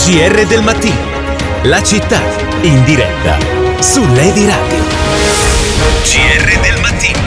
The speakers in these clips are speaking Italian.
GR del mattino. La città in diretta su Lady Radio. GR del mattino.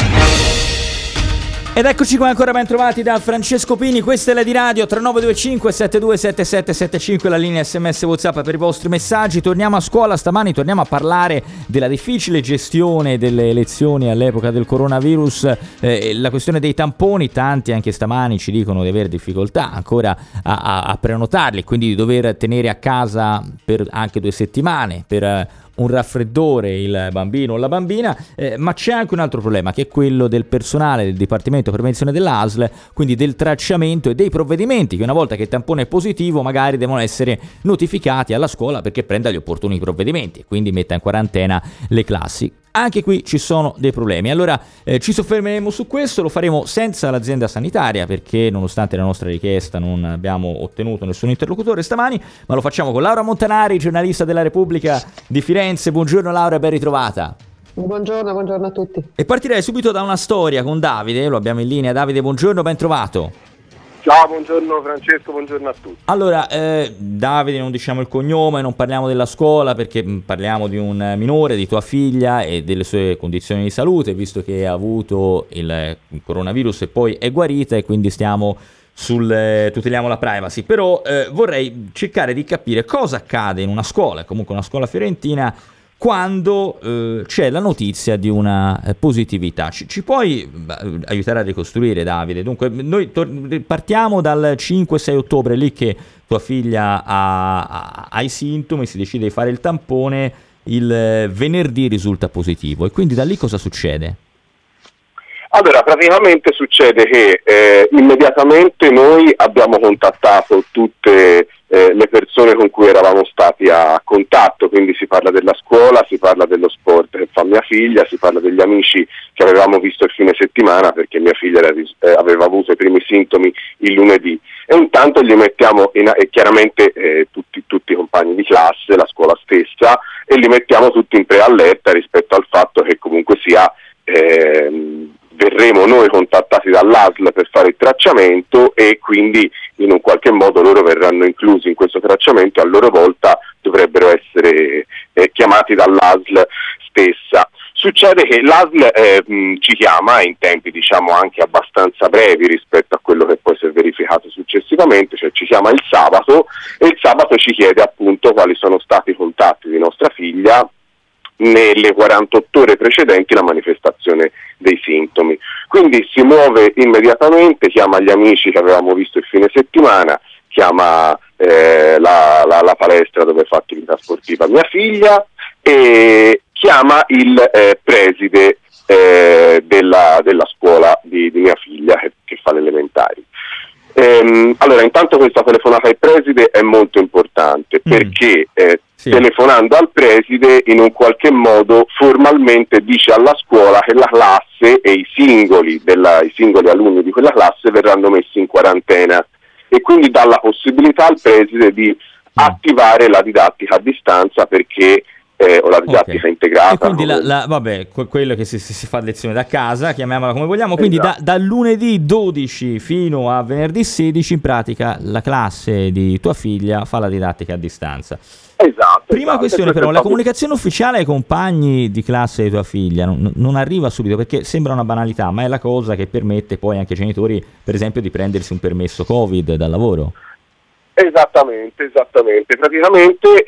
Ed eccoci qua ancora ben trovati da Francesco Pini, questa è Lady Radio 3925 727775, la linea SMS WhatsApp per i vostri messaggi. Torniamo a scuola stamani, torniamo a parlare della difficile gestione delle lezioni all'epoca del coronavirus, la questione dei tamponi. Tanti anche stamani ci dicono di avere difficoltà ancora a prenotarli, quindi di dover tenere a casa per anche 2 settimane per un raffreddore il bambino o la bambina, ma c'è anche un altro problema, che è quello del personale del Dipartimento Prevenzione dell'ASL, quindi del tracciamento e dei provvedimenti che una volta che il tampone è positivo magari devono essere notificati alla scuola perché prenda gli opportuni provvedimenti e quindi metta in quarantena le classi. Anche qui ci sono dei problemi. Allora ci soffermeremo su questo, lo faremo senza l'azienda sanitaria perché nonostante la nostra richiesta non abbiamo ottenuto nessun interlocutore stamani, ma lo facciamo con Laura Montanari, giornalista della Repubblica di Firenze. Buongiorno Laura, ben ritrovata. Buongiorno a tutti. E partirei subito da una storia con Davide, lo abbiamo in linea. Davide, buongiorno, ben trovato. Ciao, buongiorno Francesco, buongiorno a tutti. Allora, Davide, non diciamo il cognome, non parliamo della scuola perché parliamo di un minore, di tua figlia e delle sue condizioni di salute, visto che ha avuto il coronavirus e poi è guarita e quindi stiamo tuteliamo la privacy. Però vorrei cercare di capire cosa accade in una scuola, comunque una scuola fiorentina, quando c'è la notizia di una positività. Ci puoi aiutare a ricostruire, Davide? Dunque, noi partiamo dal 5-6 ottobre, lì che tua figlia ha i sintomi, si decide di fare il tampone, il venerdì risulta positivo. E quindi da lì cosa succede? Allora, praticamente succede che immediatamente noi abbiamo contattato tutte le persone con cui eravamo stati a contatto, quindi si parla della scuola, si parla dello sport che fa mia figlia, si parla degli amici che avevamo visto il fine settimana perché mia figlia aveva avuto i primi sintomi il lunedì, e intanto gli mettiamo chiaramente tutti i compagni di classe, la scuola stessa, e li mettiamo tutti in preallerta rispetto al fatto che comunque sia verremo noi contattati dall'ASL per fare il tracciamento e quindi in un qualche modo loro verranno inclusi in questo tracciamento e a loro volta dovrebbero essere chiamati dall'ASL stessa. Succede che l'ASL ci chiama in tempi diciamo anche abbastanza brevi rispetto a quello che poi si è verificato successivamente, cioè ci chiama il sabato e il sabato ci chiede appunto quali sono stati i contatti di nostra figlia nelle 48 ore precedenti la manifestazione dei sintomi. Quindi si muove immediatamente, chiama gli amici che avevamo visto il fine settimana, chiama la palestra dove fa attività sportiva mia figlia e chiama il preside della scuola di mia figlia che fa le elementari. Allora, intanto questa telefonata al preside è molto importante perché sì, telefonando al preside in un qualche modo formalmente dice alla scuola che la classe e i singoli alunni di quella classe verranno messi in quarantena e quindi dà la possibilità al preside di attivare la didattica a distanza perché o la didattica integrata. E quindi quello che si fa lezione da casa, chiamiamola come vogliamo, quindi esatto, da lunedì 12 fino a venerdì 16 in pratica la classe di tua figlia fa la didattica a distanza. Esatto. Prima questione però, la comunicazione ufficiale ai compagni di classe di tua figlia non arriva subito perché sembra una banalità, ma è la cosa che permette poi anche ai genitori, per esempio, di prendersi un permesso Covid dal lavoro. Esattamente. Praticamente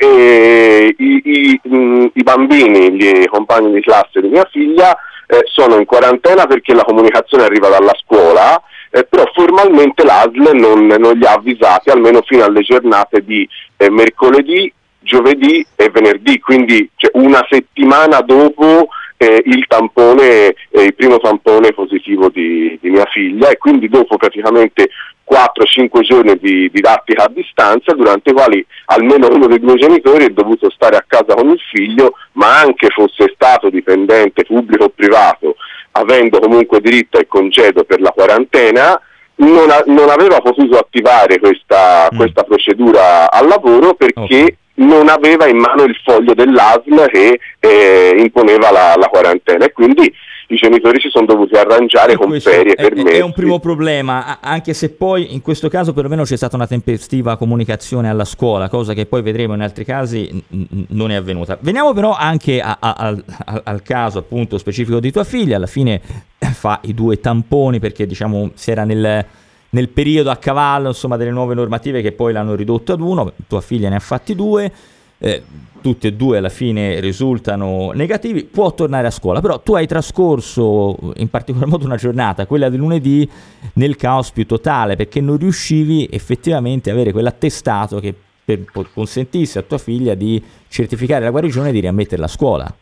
i bambini, gli compagni di classe di mia figlia sono in quarantena perché la comunicazione arriva dalla scuola, però formalmente l'ASL non li ha avvisati almeno fino alle giornate di mercoledì, giovedì e venerdì, quindi una settimana dopo il primo tampone positivo di mia figlia, e quindi dopo praticamente 4-5 giorni di didattica a distanza durante i quali almeno uno dei due genitori è dovuto stare a casa con il figlio, ma anche fosse stato dipendente pubblico o privato, avendo comunque diritto al congedo per la quarantena, non aveva potuto attivare questa procedura al lavoro perché non aveva in mano il foglio dell'ASL che imponeva la quarantena, e quindi i genitori si sono dovuti arrangiare con ferie per mesi. È un primo problema, anche se poi in questo caso perlomeno c'è stata una tempestiva comunicazione alla scuola, cosa che poi vedremo in altri casi non è avvenuta. Veniamo però anche al caso appunto specifico di tua figlia. Alla fine fa i 2 tamponi perché diciamo si era nel periodo a cavallo insomma delle nuove normative che poi l'hanno ridotto ad 1, tua figlia ne ha fatti 2. Tutti e 2 alla fine risultano negativi, può tornare a scuola, però tu hai trascorso in particolar modo una giornata, quella di lunedì, nel caos più totale, perché non riuscivi effettivamente a avere quell'attestato che consentisse a tua figlia di certificare la guarigione e di riammetterla a scuola.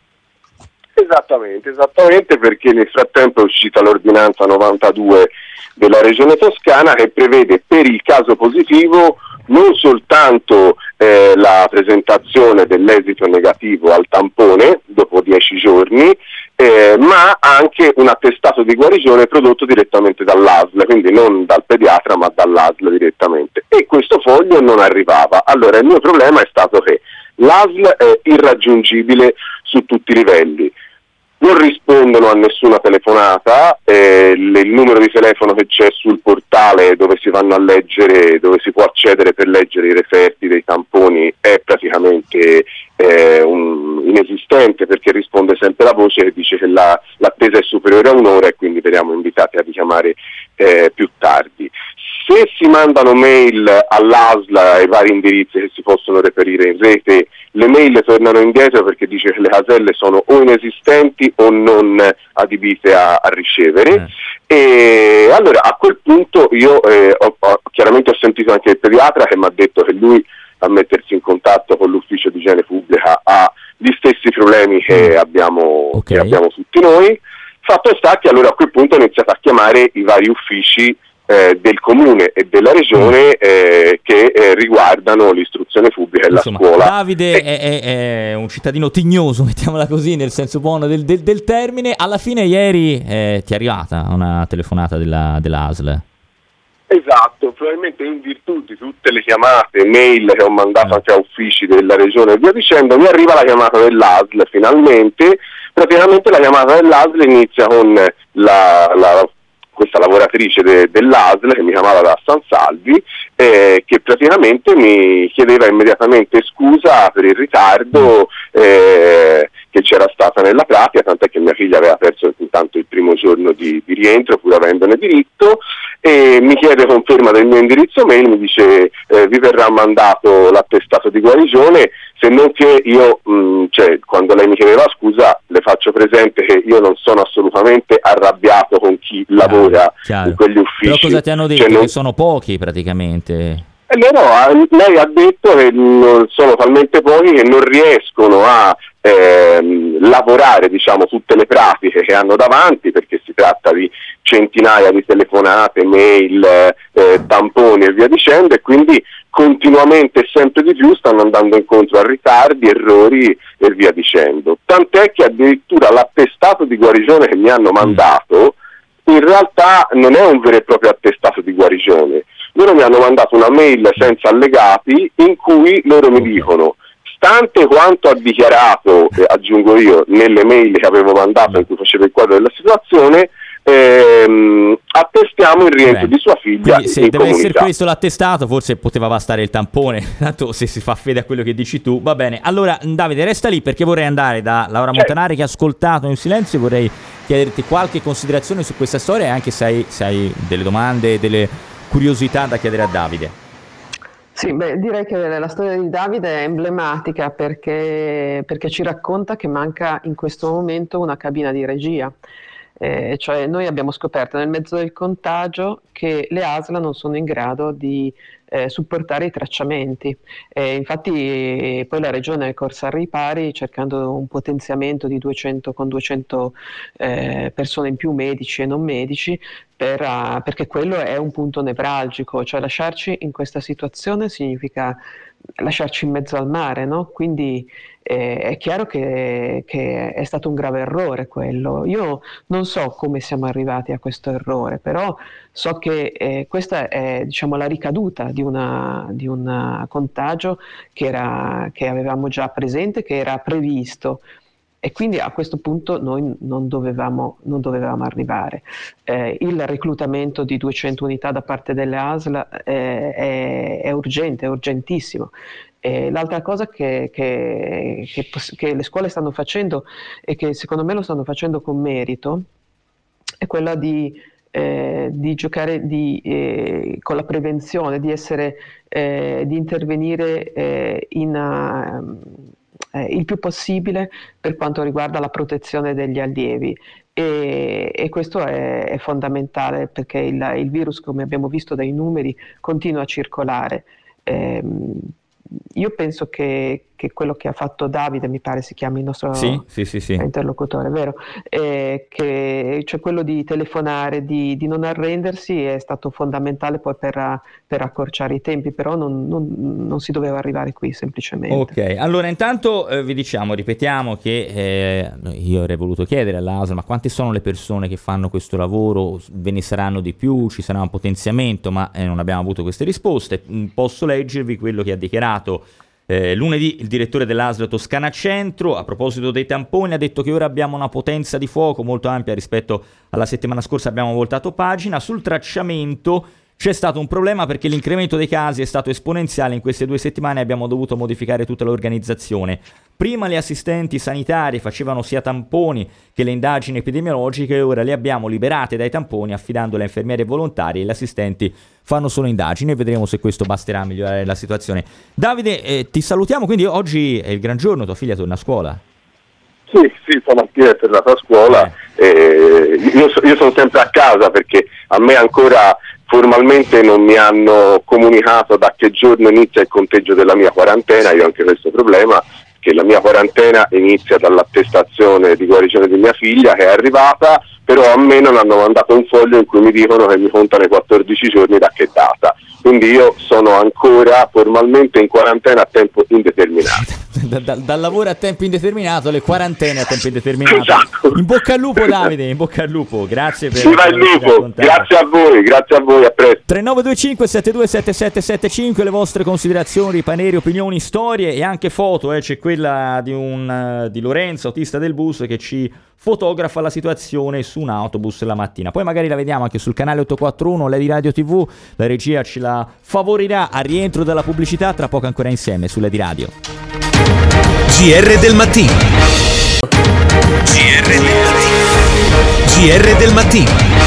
Esattamente, perché nel frattempo è uscita l'ordinanza 92 della Regione Toscana che prevede per il caso positivo non soltanto la presentazione dell'esito negativo al tampone dopo 10 giorni, ma anche un attestato di guarigione prodotto direttamente dall'ASL, quindi non dal pediatra ma dall'ASL direttamente. E questo foglio non arrivava. Allora il mio problema è stato che l'ASL è irraggiungibile su tutti i livelli. Non rispondono a nessuna telefonata, il numero di telefono che c'è sul portale dove si vanno a leggere, dove si può accedere per leggere i referti dei tamponi è praticamente inesistente, perché risponde sempre la voce che dice che l'attesa è superiore a 1 ora e quindi veniamo invitati a richiamare più tardi. Se si mandano mail all'ASL ai vari indirizzi che si possono reperire in rete, le mail tornano indietro perché dice che le caselle sono o inesistenti o non adibite a ricevere. E allora a quel punto io chiaramente ho sentito anche il pediatra che mi ha detto che lui, a mettersi in contatto con l'ufficio di igiene pubblica, ha gli stessi problemi che abbiamo tutti noi. Fatto sta che allora a quel punto ho iniziato a chiamare i vari uffici del comune e della regione che riguardano l'istruzione pubblica e insomma, la scuola. Davide è un cittadino tignoso, mettiamola così, nel senso buono del termine. Alla fine ieri ti è arrivata una telefonata della ASL. Esatto, probabilmente in virtù di tutte le chiamate, mail che ho mandato anche a uffici della regione e via dicendo, mi arriva la chiamata dell'ASL finalmente. Praticamente la chiamata dell'ASL inizia con questa lavoratrice dell'ASL che mi chiamava da San Salvi, che praticamente mi chiedeva immediatamente scusa per il ritardo che c'era stata nella pratica, tant'è che mia figlia aveva perso intanto il primo giorno di rientro pur avendone diritto, e mi chiede conferma del mio indirizzo mail, mi dice vi verrà mandato l'attestato di guarigione, se non che io, quando lei mi chiedeva scusa, le faccio presente che io non sono assolutamente arrabbiato con chi lavora in quegli uffici. Però cosa ti hanno detto? Che sono pochi praticamente. Lei ha detto che sono talmente pochi che non riescono a lavorare, diciamo, tutte le pratiche che hanno davanti, perché si tratta di centinaia di telefonate, mail, tamponi e via dicendo, e quindi continuamente e sempre di più stanno andando incontro a ritardi, errori e via dicendo. Tant'è che addirittura l'attestato di guarigione che mi hanno mandato in realtà non è un vero e proprio attestato di guarigione. Loro mi hanno mandato una mail senza allegati in cui loro mi dicono: stante quanto ha dichiarato, aggiungo io, nelle mail che avevo mandato in cui facevo il quadro della situazione, attestiamo il rientro di sua figlia. Quindi se deve essere questo l'attestato, forse poteva bastare il tampone, tanto se si fa fede a quello che dici tu. Va bene, allora Davide resta lì, perché vorrei andare da Laura Montanari, che ha ascoltato in silenzio, e vorrei chiederti qualche considerazione su questa storia, e anche se hai delle domande, delle curiosità da chiedere a Davide. Sì, direi che la storia di Davide è emblematica perché ci racconta che manca in questo momento una cabina di regia. Cioè noi abbiamo scoperto nel mezzo del contagio che le ASL non sono in grado di supportare i tracciamenti. Infatti poi la regione è corsa ai ripari cercando un potenziamento di 200 persone in più, medici e non medici, perché quello è un punto nevralgico, cioè lasciarci in questa situazione significa lasciarci in mezzo al mare, no? Quindi è chiaro che è stato un grave errore quello. Io non so come siamo arrivati a questo errore, però so che questa è, diciamo, la ricaduta di un contagio che avevamo già presente, che era previsto. e quindi a questo punto noi non dovevamo arrivare. Il reclutamento di 200 unità da parte delle ASL è urgente, è urgentissimo. L'altra cosa che le scuole stanno facendo, e che secondo me lo stanno facendo con merito, è quella di giocare con la prevenzione, di intervenire il più possibile per quanto riguarda la protezione degli allievi. E questo è fondamentale, perché il virus, come abbiamo visto dai numeri, continua a circolare. Io penso che quello che ha fatto Davide, mi pare si chiami il nostro Sì. interlocutore, vero? Cioè quello di telefonare, di non arrendersi, è stato fondamentale poi per accorciare i tempi, però non si doveva arrivare qui semplicemente. Ok, allora intanto ripetiamo che io avrei voluto chiedere all'ASL, ma quante sono le persone che fanno questo lavoro? Ve ne saranno di più? Ci sarà un potenziamento? Ma non abbiamo avuto queste risposte. Posso leggervi quello che ha dichiarato lunedì il direttore dell'ASL Toscana Centro a proposito dei tamponi. Ha detto che ora abbiamo una potenza di fuoco molto ampia rispetto alla settimana scorsa, abbiamo voltato pagina. Sul tracciamento c'è stato un problema perché l'incremento dei casi è stato esponenziale in queste 2 settimane e abbiamo dovuto modificare tutta l'organizzazione. Prima le assistenti sanitarie facevano sia tamponi che le indagini epidemiologiche e ora le abbiamo liberate dai tamponi affidandole a infermieri e volontari, e gli assistenti fanno solo indagini e vedremo se questo basterà a migliorare la situazione. Davide, ti salutiamo, quindi oggi è il gran giorno, tua figlia torna a scuola. Sì, stamattina è tornata a scuola. Io sono sempre a casa perché a me ancora formalmente non mi hanno comunicato da che giorno inizia il conteggio della mia quarantena. Io ho anche questo problema, che la mia quarantena inizia dall'attestazione di guarigione di mia figlia, che è arrivata, però a me non hanno mandato un foglio in cui mi dicono che mi contano i 14 giorni da che data. Quindi io sono ancora formalmente in quarantena a tempo indeterminato. Dal lavoro a tempo indeterminato alle quarantene a tempo indeterminato. Esatto. In bocca al lupo, Davide, in bocca al lupo. Grazie per Viva il lupo, grazie a voi, a presto. 3925 727775, le vostre considerazioni, pareri, opinioni, storie e anche foto. C'è quella di Lorenzo, autista del bus, che ci fotografa la situazione su un autobus la mattina. Poi magari la vediamo anche sul canale 841, Lady Radio TV. La regia ce la favorirà a rientro dalla pubblicità, tra poco ancora insieme su Lady Radio. GR del mattino. GR del mattino. GR del mattino.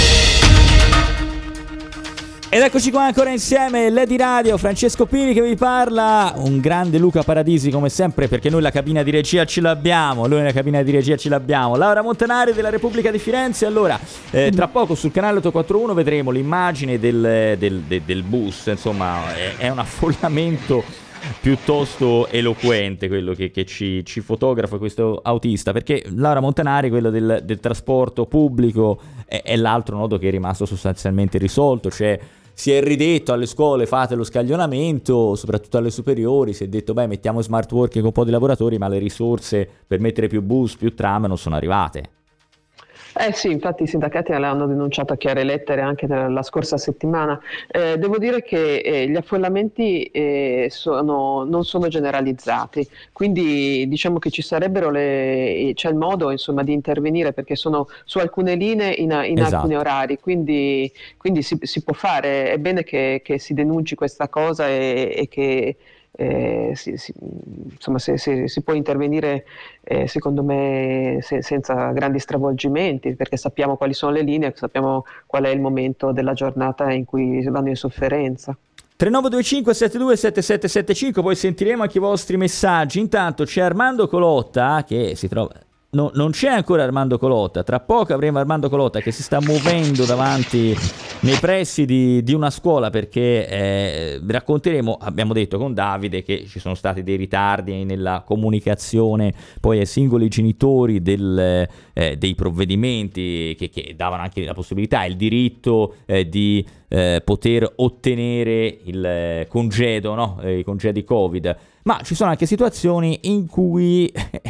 Ed eccoci qua ancora insieme, Lady Radio, Francesco Pini che vi parla, un grande Luca Paradisi come sempre, perché noi la cabina di regia ce l'abbiamo, Laura Montanari della Repubblica di Firenze. Allora, tra poco sul canale 841 vedremo l'immagine del bus, insomma è un affollamento piuttosto eloquente quello che ci fotografa questo autista, perché Laura Montanari, quello del trasporto pubblico, è l'altro nodo che è rimasto sostanzialmente risolto. Cioè si è ridetto alle scuole fate lo scaglionamento, soprattutto alle superiori, si è detto mettiamo smart working con un po' di lavoratori, ma le risorse per mettere più bus, più tram non sono arrivate. Sì, infatti i sindacati l'hanno denunciato a chiare lettere anche la scorsa settimana. Devo dire che gli affollamenti non sono generalizzati, quindi diciamo che c'è il modo, insomma, di intervenire, perché sono su alcune linee in Esatto. alcuni orari, quindi si può fare. È bene che si denunci questa cosa e che insomma, se si può intervenire secondo me senza grandi stravolgimenti, perché sappiamo quali sono le linee, sappiamo qual è il momento della giornata in cui vanno in sofferenza. 3925 72 7775, poi sentiremo anche i vostri messaggi. Intanto c'è Armando Colotta che si trova... No, non c'è ancora Armando Colotta, tra poco avremo Armando Colotta che si sta muovendo davanti nei pressi di una scuola, perché racconteremo, abbiamo detto con Davide, che ci sono stati dei ritardi nella comunicazione poi ai singoli genitori dei provvedimenti che davano anche la possibilità, il diritto di poter ottenere il congedo, no? I congedi Covid. Ma ci sono anche situazioni in cui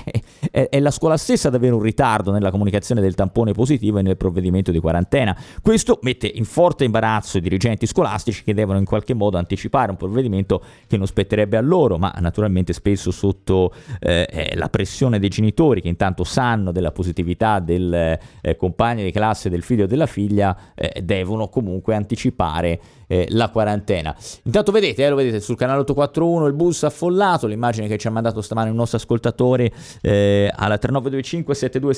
è la scuola stessa ad avere un ritardo nella comunicazione del tampone positivo e nel provvedimento di quarantena. Questo mette in forte imbarazzo i dirigenti scolastici, che devono in qualche modo anticipare un provvedimento che non spetterebbe a loro, ma naturalmente spesso sotto la pressione dei genitori, che intanto sanno della positività del compagno di classe, del figlio o della figlia, devono comunque anticipare la quarantena. Intanto vedete, lo vedete sul canale 841 il bus affollato, l'immagine che ci ha mandato stamane un nostro ascoltatore alla 3925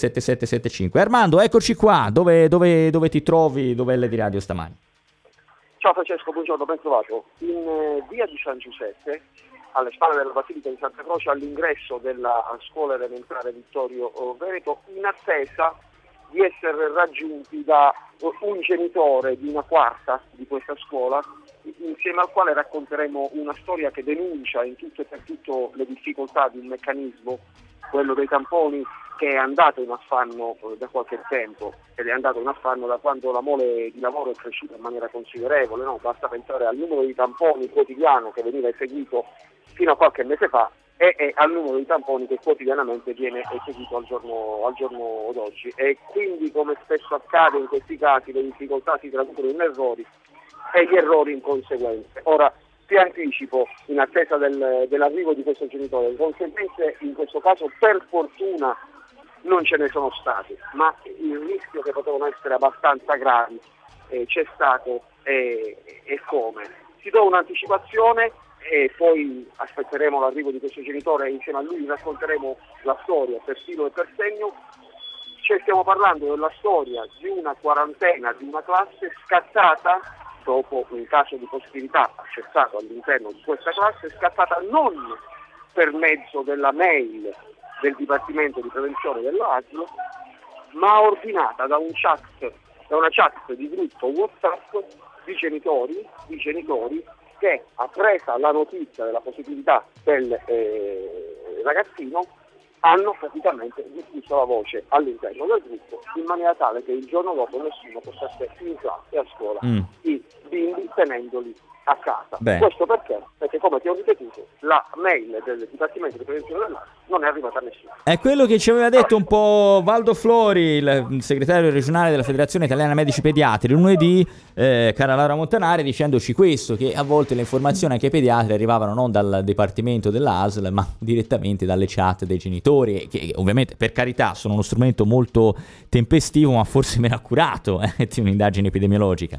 727775. Armando, eccoci qua, dove ti trovi, dov'è di radio stamani? Ciao Francesco, buongiorno, ben trovato. In via di San Giuseppe, alle spalle della Basilica di Santa Croce, all'ingresso della scuola elementare Vittorio Veneto, in attesa di essere raggiunti da un genitore di una quarta di questa scuola, insieme al quale racconteremo una storia che denuncia in tutto e per tutto le difficoltà di un meccanismo, quello dei tamponi, che è andato in affanno da qualche tempo, ed è andato in affanno da quando la mole di lavoro è cresciuta in maniera considerevole, no? Basta pensare al numero di tamponi quotidiano che veniva eseguito fino a qualche mese fa e al numero di tamponi che quotidianamente viene eseguito al giorno d'oggi, e quindi, come spesso accade in questi casi, le difficoltà si traducono in errori e gli errori in conseguenze. Ora ti anticipo, in attesa dell'arrivo di questo genitore, le conseguenze in questo caso per fortuna non ce ne sono state, ma il rischio che potevano essere abbastanza gravi c'è stato, e come. Ti do un'anticipazione e poi aspetteremo l'arrivo di questo genitore e insieme a lui racconteremo la storia per filo e per segno. Stiamo parlando della storia di una quarantena di una classe scattata dopo un caso di positività accertato all'interno di questa classe, scattata non per mezzo della mail del Dipartimento di Prevenzione dell'ASL, ma ordinata da una chat di gruppo WhatsApp di genitori che, appresa la notizia della positività del ragazzino, hanno praticamente diffuso la voce all'interno del gruppo, in maniera tale che il giorno dopo nessuno potesse in classe e a scuola i bimbi tenendoli a casa. Beh. Questo perché? Perché, come ti ho ripetuto, la mail del Dipartimento di Prevenzione dell'ASL non è arrivata a nessuno. È quello che ci aveva detto un po' Valdo Flori, il segretario regionale della Federazione Italiana Medici Pediatri, lunedì, cara Laura Montanari, dicendoci questo, che a volte le informazioni anche ai pediatri arrivavano non dal Dipartimento dell'ASL, ma direttamente dalle chat dei genitori, che ovviamente, per carità, sono uno strumento molto tempestivo, ma forse meno accurato di un'indagine epidemiologica.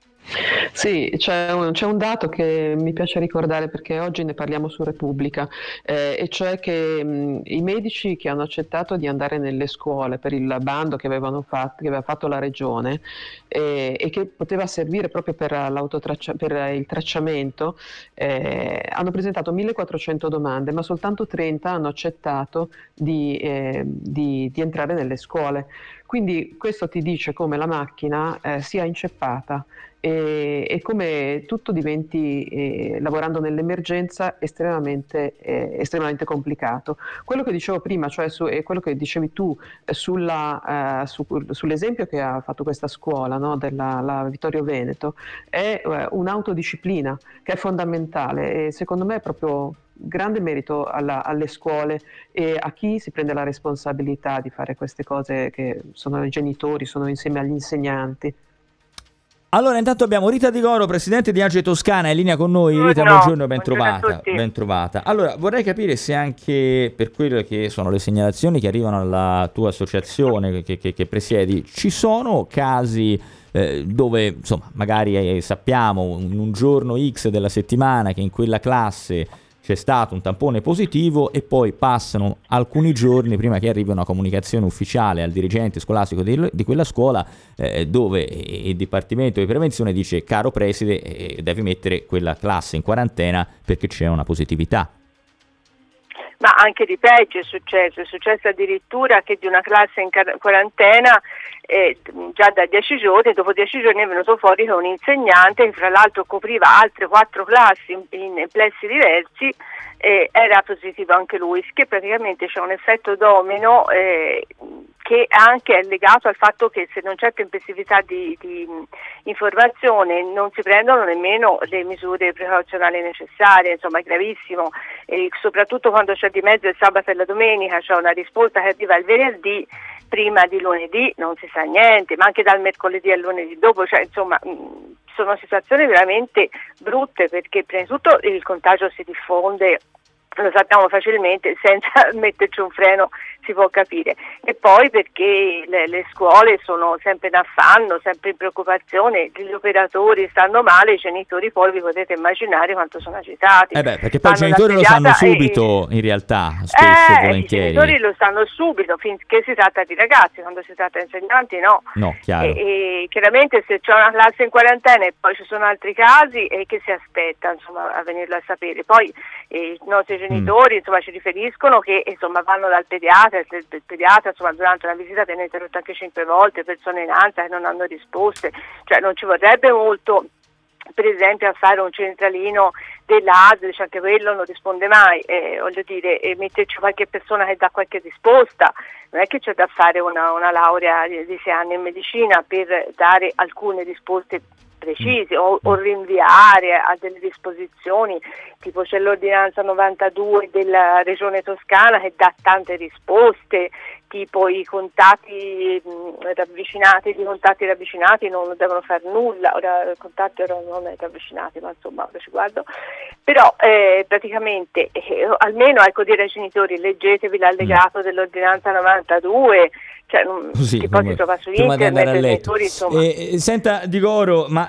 Sì, c'è un dato che mi piace ricordare, perché oggi ne parliamo su Repubblica, e cioè che i medici che hanno accettato di andare nelle scuole per il bando che aveva fatto la regione, e che poteva servire proprio per il tracciamento, hanno presentato 1400 domande, ma soltanto 30 hanno accettato di entrare nelle scuole. Quindi questo ti dice come la macchina sia inceppata e come tutto diventi, lavorando nell'emergenza, estremamente complicato. Quello che dicevo prima, cioè quello che dicevi tu sull'esempio che ha fatto questa scuola, no, la Vittorio Veneto, è un'autodisciplina che è fondamentale, e secondo me è proprio grande merito alle scuole e a chi si prende la responsabilità di fare queste cose, che sono i genitori, sono insieme agli insegnanti. Allora, intanto abbiamo Rita Di Goro, presidente di AGE Toscana, in linea con noi. Rita, buongiorno, ben trovata. Allora, vorrei capire se anche per quelle che sono le segnalazioni che arrivano alla tua associazione che presiedi, ci sono casi dove, insomma, magari sappiamo in un giorno X della settimana che in quella classe c'è stato un tampone positivo e poi passano alcuni giorni prima che arrivi una comunicazione ufficiale al dirigente scolastico di quella scuola, dove il Dipartimento di Prevenzione dice: caro preside, devi mettere quella classe in quarantena perché c'è una positività. Ma anche di peggio è successo addirittura che di una classe in quarantena già da 10 giorni, dopo 10 giorni è venuto fuori che un insegnante, che fra l'altro copriva altre 4 classi in plessi diversi, era positivo anche lui, che praticamente c'è un effetto domino che anche è legato al fatto che se non c'è tempestività di informazione non si prendono nemmeno le misure precauzionali necessarie, insomma è gravissimo, e soprattutto quando c'è di mezzo il sabato e la domenica, c'è una risposta che arriva il venerdì, prima di lunedì non si sa niente, ma anche dal mercoledì al lunedì dopo, cioè insomma sono situazioni veramente brutte, perché prima di tutto il contagio si diffonde, lo sappiamo facilmente, senza metterci un freno si può capire, e poi perché le scuole sono sempre in affanno, sempre in preoccupazione, gli operatori stanno male, i genitori poi vi potete immaginare quanto sono agitati. Perché poi i genitori lo sanno subito in realtà, spesso e volentieri. I genitori lo sanno subito, finché si tratta di ragazzi, quando si tratta di insegnanti no. No, chiaro. E chiaramente se c'è una classe in quarantena e poi ci sono altri casi, che si aspetta insomma a venirlo a sapere. Poi i nostri genitori insomma ci riferiscono che insomma vanno dal pediatra, il pediatra insomma durante una visita viene interrotto anche 5 volte, persone in ansia che non hanno risposte, cioè non ci vorrebbe molto per esempio a fare un centralino dell'ASL, cioè anche quello non risponde mai, voglio dire, metterci qualche persona che dà qualche risposta, non è che c'è da fare una laurea di 6 anni in medicina per dare alcune risposte precisi o rinviare a delle disposizioni, tipo c'è l'ordinanza 92 della regione Toscana che dà tante risposte, tipo i contatti ravvicinati, i contatti ravvicinati non devono fare nulla, ora il contatto non è ravvicinati, ma insomma ora ci guardo, però praticamente almeno ecco dire ai genitori leggetevi l'allegato dell'ordinanza 92, cioè così, che poi si trova su internet, i genitori, insomma. Senta Di Goro, ma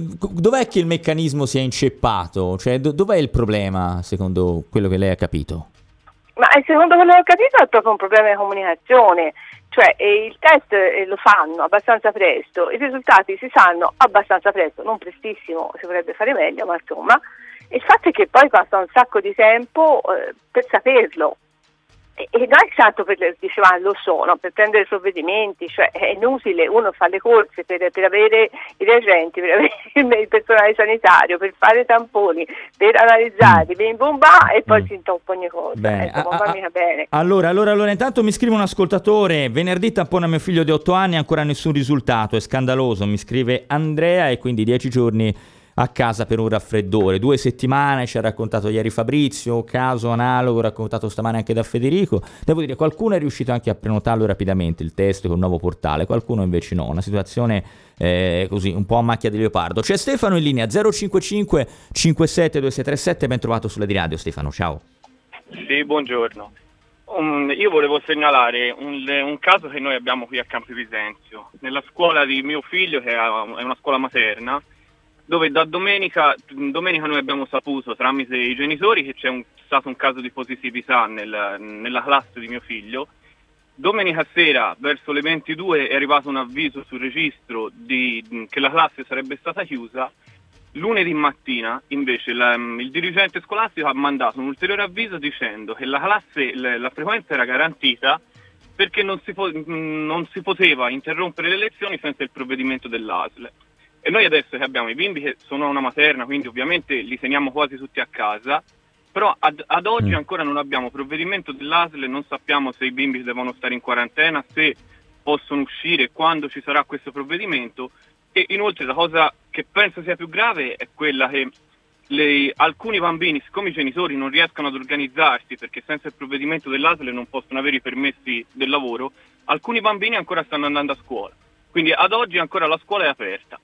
dov'è che il meccanismo si è inceppato? Cioè dov'è il problema secondo quello che lei ha capito? Ma secondo quello che ho capito è proprio un problema di comunicazione, cioè il test lo fanno abbastanza presto, i risultati si sanno abbastanza presto, non prestissimo, si vorrebbe fare meglio, ma insomma, il fatto è che poi passa un sacco di tempo per saperlo. E non è tanto diceva lo sono, per prendere provvedimenti, cioè è inutile, uno fa le corse per avere i reagenti, per avere il personale sanitario, per fare tamponi, per analizzare, bim bum ba, e poi si intoppa ogni cosa. Bene. Va mica bene. Allora, intanto mi scrive un ascoltatore, venerdì tampone a mio figlio di 8 anni, ancora nessun risultato, è scandaloso, mi scrive Andrea, e quindi 10 giorni a casa per un raffreddore, 2 settimane, ci ha raccontato ieri Fabrizio, caso analogo raccontato stamane anche da Federico. Devo dire, qualcuno è riuscito anche a prenotarlo rapidamente il test con il nuovo portale, qualcuno invece no, una situazione così un po' a macchia di leopardo. C'è Stefano in linea 055 57 2637, ben trovato sulla di radio. Stefano, ciao. Sì, buongiorno. Io volevo segnalare un caso che noi abbiamo qui a Campi Bisenzio, nella scuola di mio figlio, che è una scuola materna, dove da domenica noi abbiamo saputo tramite i genitori che c'è stato un caso di positività nella classe di mio figlio. Domenica sera verso le 22 è arrivato un avviso sul registro che la classe sarebbe stata chiusa. Lunedì mattina invece il dirigente scolastico ha mandato un ulteriore avviso dicendo che la classe, la frequenza era garantita perché non si poteva interrompere le lezioni senza il provvedimento dell'ASL. E noi adesso che abbiamo i bimbi che sono a una materna, quindi ovviamente li teniamo quasi tutti a casa, però ad oggi ancora non abbiamo provvedimento dell'ASL, non sappiamo se i bimbi devono stare in quarantena, se possono uscire, quando ci sarà questo provvedimento. E inoltre la cosa che penso sia più grave è quella che alcuni bambini, siccome i genitori non riescono ad organizzarsi perché senza il provvedimento dell'ASL non possono avere i permessi del lavoro, alcuni bambini ancora stanno andando a scuola. Quindi ad oggi ancora la scuola è aperta.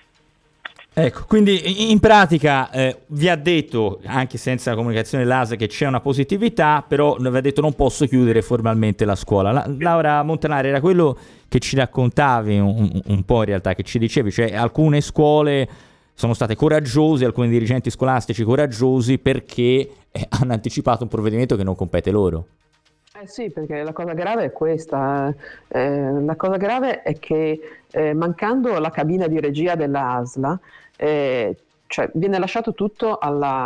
Ecco, quindi in pratica vi ha detto, anche senza la comunicazione dell'ASL, che c'è una positività, però vi ha detto non posso chiudere formalmente la scuola. Laura Montanari, era quello che ci raccontavi un po' in realtà, che ci dicevi, cioè alcune scuole sono state coraggiose, alcuni dirigenti scolastici coraggiosi perché hanno anticipato un provvedimento che non compete loro. Sì, perché la cosa grave è questa. La cosa grave è che mancando la cabina di regia della ASL, cioè viene lasciato tutto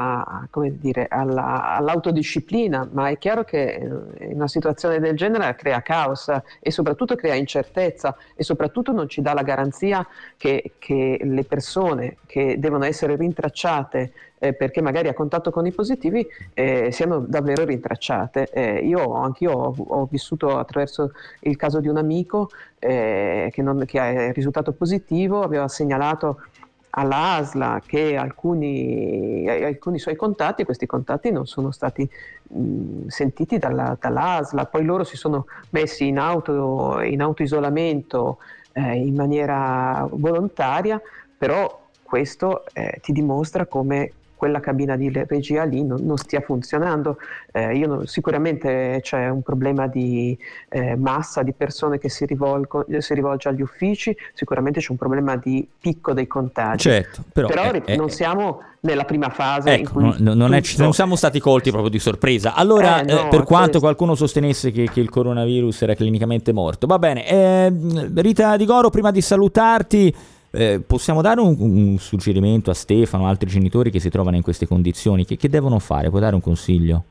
all'autodisciplina, ma è chiaro che in una situazione del genere crea caos e soprattutto crea incertezza e soprattutto non ci dà la garanzia che le persone che devono essere rintracciate perché magari a contatto con i positivi siano davvero rintracciate. Anch'io ho vissuto attraverso il caso di un amico che è risultato positivo, aveva segnalato alla ASL che alcuni suoi contatti, e questi contatti non sono stati sentiti dalla ASL, poi loro si sono messi in autoisolamento in maniera volontaria, però questo ti dimostra come quella cabina di regia lì non stia funzionando. Sicuramente c'è un problema di massa di persone che si rivolge agli uffici, sicuramente c'è un problema di picco dei contagi. Certo, però non siamo nella prima fase in cui non siamo stati colti proprio di sorpresa. Allora, per quanto qualcuno sostenesse che il coronavirus era clinicamente morto, va bene. Rita Di Goro, prima di salutarti, possiamo dare un suggerimento a Stefano, altri genitori che si trovano in queste condizioni? Che devono fare? Puoi dare un consiglio?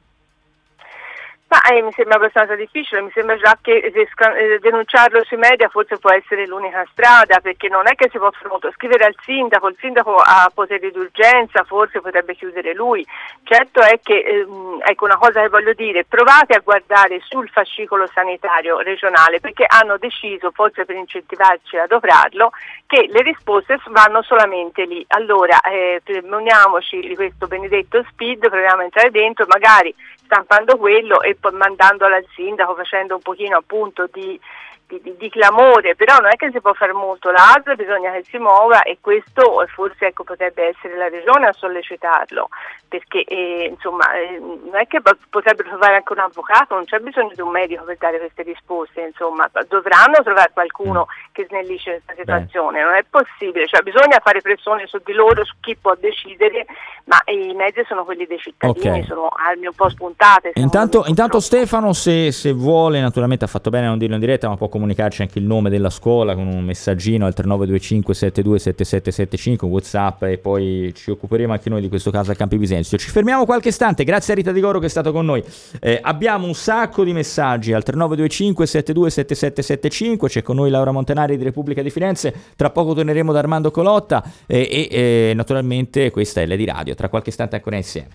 Ma mi sembra abbastanza difficile, mi sembra già che denunciarlo sui media forse può essere l'unica strada, perché non è che si può fare molto. Scrivere al sindaco, il sindaco ha poteri d'urgenza, forse potrebbe chiudere lui. Certo è che, ecco, una cosa che voglio dire, provate a guardare sul fascicolo sanitario regionale, perché hanno deciso, forse per incentivarci ad operarlo, che le risposte vanno solamente lì. Allora, muniamoci di questo benedetto SPID, proviamo a entrare dentro, magari stampando quello e poi mandandolo al sindaco, facendo un pochino appunto di clamore, però non è che si può fare molto. L'ASL bisogna che si muova, e questo forse potrebbe essere la regione a sollecitarlo, perché non è che potrebbero trovare anche un avvocato, non c'è bisogno di un medico per dare queste risposte, insomma dovranno trovare qualcuno che snellisce questa situazione. Non è possibile, cioè bisogna fare pressione su di loro, su chi può decidere, ma i mezzi sono quelli dei cittadini, sono armi un po' spuntate. Intanto Stefano, se vuole, naturalmente ha fatto bene a non dirlo in diretta, ma può comunicarci anche il nome della scuola con un messaggino al 3925 727775 WhatsApp, e poi ci occuperemo anche noi di questo caso a Campi Bisenzio. Ci fermiamo qualche istante, grazie a Rita Di Goro che è stato con noi. Abbiamo un sacco di messaggi al 3925 727775, c'è con noi Laura Montanari di Repubblica di Firenze, tra poco torneremo da Armando Colotta e naturalmente questa è Lady Radio, tra qualche istante ancora insieme.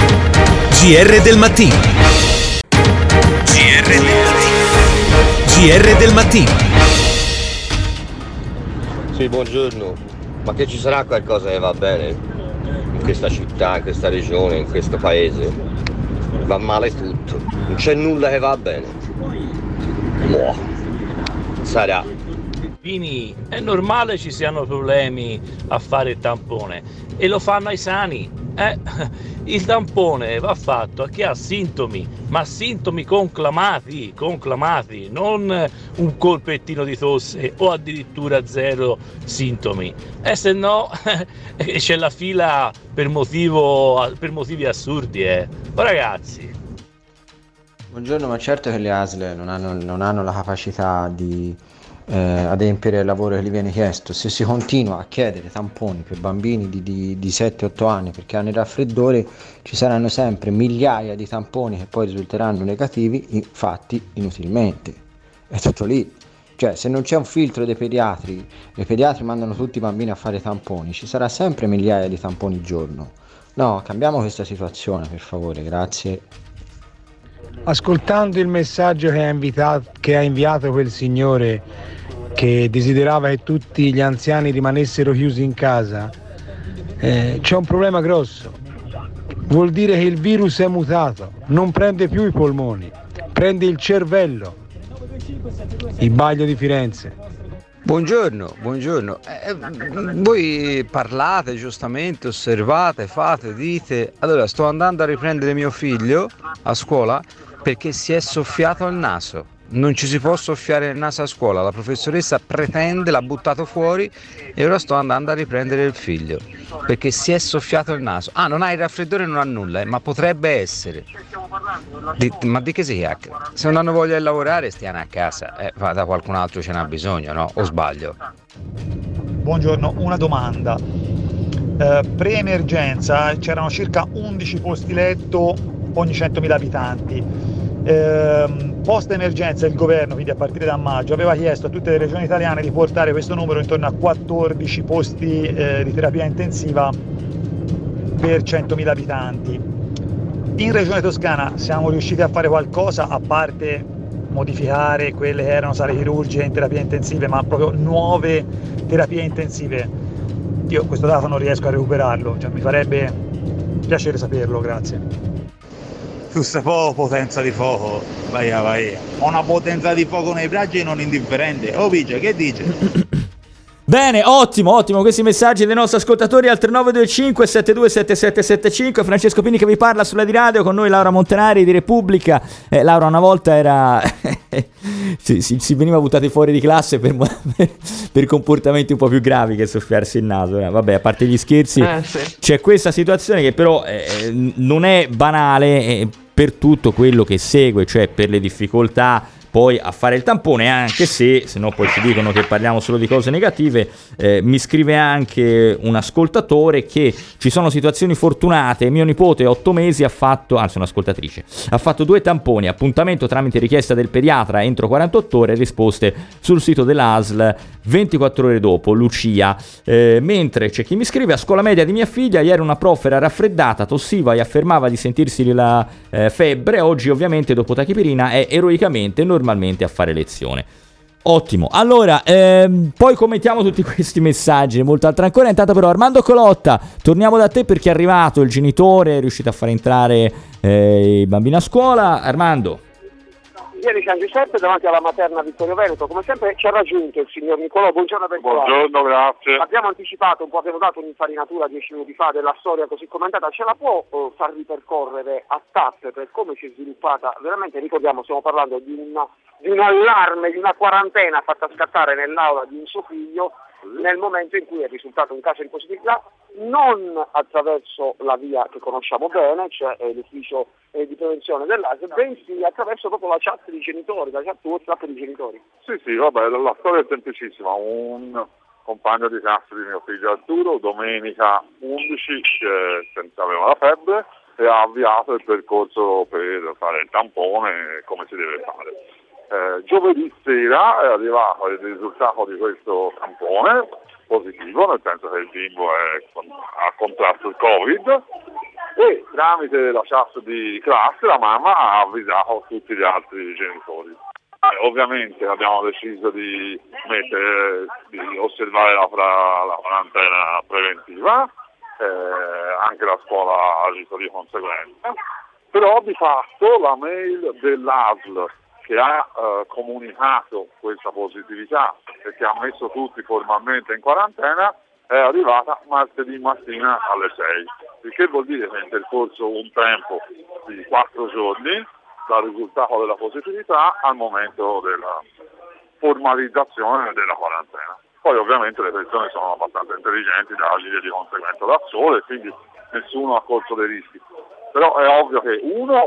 GR del mattino. GR del mattino. GR del mattino. Sì, buongiorno. Ma che ci sarà qualcosa che va bene in questa città, in questa regione, in questo paese? Va male tutto, non c'è nulla che va bene. Sarà. È normale ci siano problemi a fare il tampone, e lo fanno ai sani. Il tampone va fatto a chi ha sintomi, ma sintomi conclamati, non un colpettino di tosse o addirittura 0 sintomi, e se no c'è la fila per motivi assurdi. Ragazzi, buongiorno, ma certo che le ASL non hanno la capacità di adempiere al lavoro che gli viene chiesto. Se si continua a chiedere tamponi per bambini di 7-8 anni perché hanno il raffreddore, ci saranno sempre migliaia di tamponi che poi risulteranno negativi, fatti inutilmente. È tutto lì. Cioè, se non c'è un filtro dei pediatri, i pediatri mandano tutti i bambini a fare tamponi, ci sarà sempre migliaia di tamponi al giorno. No, cambiamo questa situazione, per favore, grazie. Ascoltando il messaggio che ha inviato quel signore che desiderava che tutti gli anziani rimanessero chiusi in casa, c'è un problema grosso. Vuol dire che il virus è mutato, non prende più i polmoni, prende il cervello. Il Baglio di Firenze. Buongiorno. Voi parlate giustamente, osservate, fate, dite. Allora, sto andando a riprendere mio figlio a scuola perché si è soffiato il naso. Non ci si può soffiare il naso a scuola, la professoressa pretende, l'ha buttato fuori, e ora sto andando a riprendere il figlio perché si è soffiato il naso. Non ha il raffreddore, non ha nulla, ma potrebbe essere. Ma di che si chiacchiera? Se non hanno voglia di lavorare, stiano a casa, va da qualcun altro, ce n'ha bisogno, no? O sbaglio? Buongiorno, una domanda. pre-emergenza c'erano circa 11 posti letto ogni 100.000 abitanti. Post emergenza il governo, quindi a partire da maggio, aveva chiesto a tutte le regioni italiane di portare questo numero intorno a 14 posti di terapia intensiva per 100.000 abitanti. In Regione Toscana siamo riusciti a fare qualcosa, a parte modificare quelle che erano sale chirurgiche in terapie intensive, ma proprio nuove terapie intensive. Io questo dato non riesco a recuperarlo, cioè mi farebbe piacere saperlo, grazie. Su sta potenza di fuoco, vai. Ho una potenza di fuoco nei bracci non indifferente. Oh Pice, che dice? Bene, ottimo, questi messaggi dei nostri ascoltatori al 3925 727775. Francesco Pini che vi parla sulla di radio, con noi Laura Montanari di Repubblica. Laura, una volta era si veniva buttati fuori di classe per comportamenti un po' più gravi che soffiarsi il naso. Vabbè, a parte gli scherzi, sì. C'è questa situazione che però non è banale per tutto quello che segue, cioè per le difficoltà poi a fare il tampone, anche se no poi ci dicono che parliamo solo di cose negative. Mi scrive anche un ascoltatore che ci sono situazioni fortunate. Mio nipote 8 mesi ha fatto, anzi un'ascoltatrice, ha fatto 2 tamponi, appuntamento tramite richiesta del pediatra entro 48 ore, risposte sul sito dell'ASL 24 ore dopo. Lucia. Mentre c'è chi mi scrive: a scuola media di mia figlia ieri una prof era raffreddata, tossiva e affermava di sentirsi la febbre. Oggi ovviamente dopo tachipirina è eroicamente normalmente a fare lezione. Ottimo. Allora, poi commentiamo tutti questi messaggi e molto altro ancora. Intanto però Armando Colotta, torniamo da te perché è arrivato il genitore, è riuscito a far entrare i bambini a scuola. Armando. Ieri San Giuseppe davanti alla materna Vittorio Veneto, come sempre ci ha raggiunto il signor Nicolò. Buongiorno, Buongiorno, grazie. Abbiamo anticipato un po', abbiamo dato un'infarinatura 10 minuti fa della storia così come è andata. Ce la può far ripercorrere a tappe per come si è sviluppata? Veramente ricordiamo, stiamo parlando di un allarme, di una quarantena fatta scattare nell'aula di un suo figlio nel momento in cui è risultato un caso di positività, non attraverso la via che conosciamo bene, cioè l'ufficio di prevenzione dell'ASL, bensì attraverso proprio la chat dei genitori, la chat WhatsApp dei genitori. Sì, vabbè, la storia è semplicissima. Un compagno di classe di mio figlio Arturo, domenica 11, aveva la febbre e ha avviato il percorso per fare il tampone come si deve fare. Giovedì sera è arrivato il risultato di questo tampone positivo, nel senso che il bimbo ha contratto il Covid, e tramite la chat di classe la mamma ha avvisato tutti gli altri genitori. Ovviamente abbiamo deciso di osservare la quarantena preventiva, anche la scuola ha agito di conseguenza, però di fatto la mail dell'ASL che ha comunicato questa positività e che ha messo tutti formalmente in quarantena è arrivata martedì mattina alle 6, il che vuol dire che è intercorso un tempo di 4 giorni dal risultato della positività al momento della formalizzazione della quarantena. Poi ovviamente le persone sono abbastanza intelligenti da agire di conseguenza da sole, quindi nessuno ha corso dei rischi. Però è ovvio che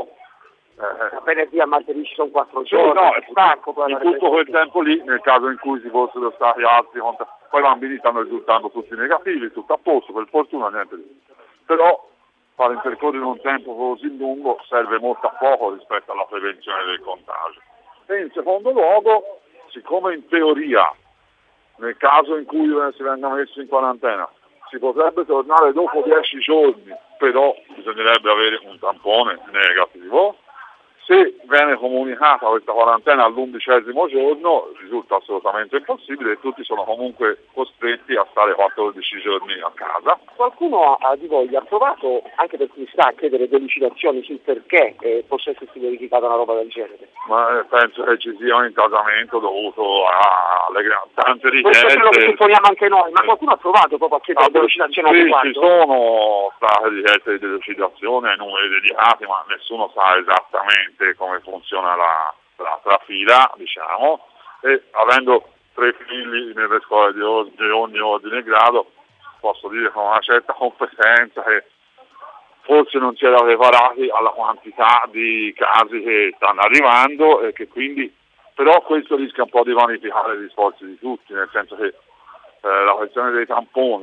venerdì a martedì ci sono 4 giorni, in tutto quel tempo lì, nel caso in cui ci fossero stati altri poi i bambini stanno risultando tutti negativi, tutto a posto, per fortuna niente di più. Però fare intercorrere un tempo così lungo serve molto a poco rispetto alla prevenzione del contagio. E in secondo luogo, siccome in teoria nel caso in cui si venga messo in quarantena si potrebbe tornare dopo 10 giorni, però bisognerebbe avere un tampone negativo. Se viene comunicata questa quarantena all'11° giorno risulta assolutamente impossibile e tutti sono comunque costretti a stare 14 giorni a casa. Qualcuno di voi ha provato, anche per chi sta a chiedere delucidazioni sul perché possa essersi verificata una roba del genere? Ma penso che ci sia un intasamento dovuto alle tante richieste. Questo è quello che supponiamo anche noi, ma qualcuno ha provato proprio a chiedere delucidazioni al riguardo? Ci sono state richieste di delucidazione ai numeri dedicati, ma nessuno sa esattamente come funziona la trafila, diciamo, e avendo 3 figli nelle scuole di ogni ordine e grado posso dire con una certa competenza che forse non si era preparati alla quantità di casi che stanno arrivando e che quindi però questo rischia un po' di vanificare gli sforzi di tutti, nel senso che la questione dei tamponi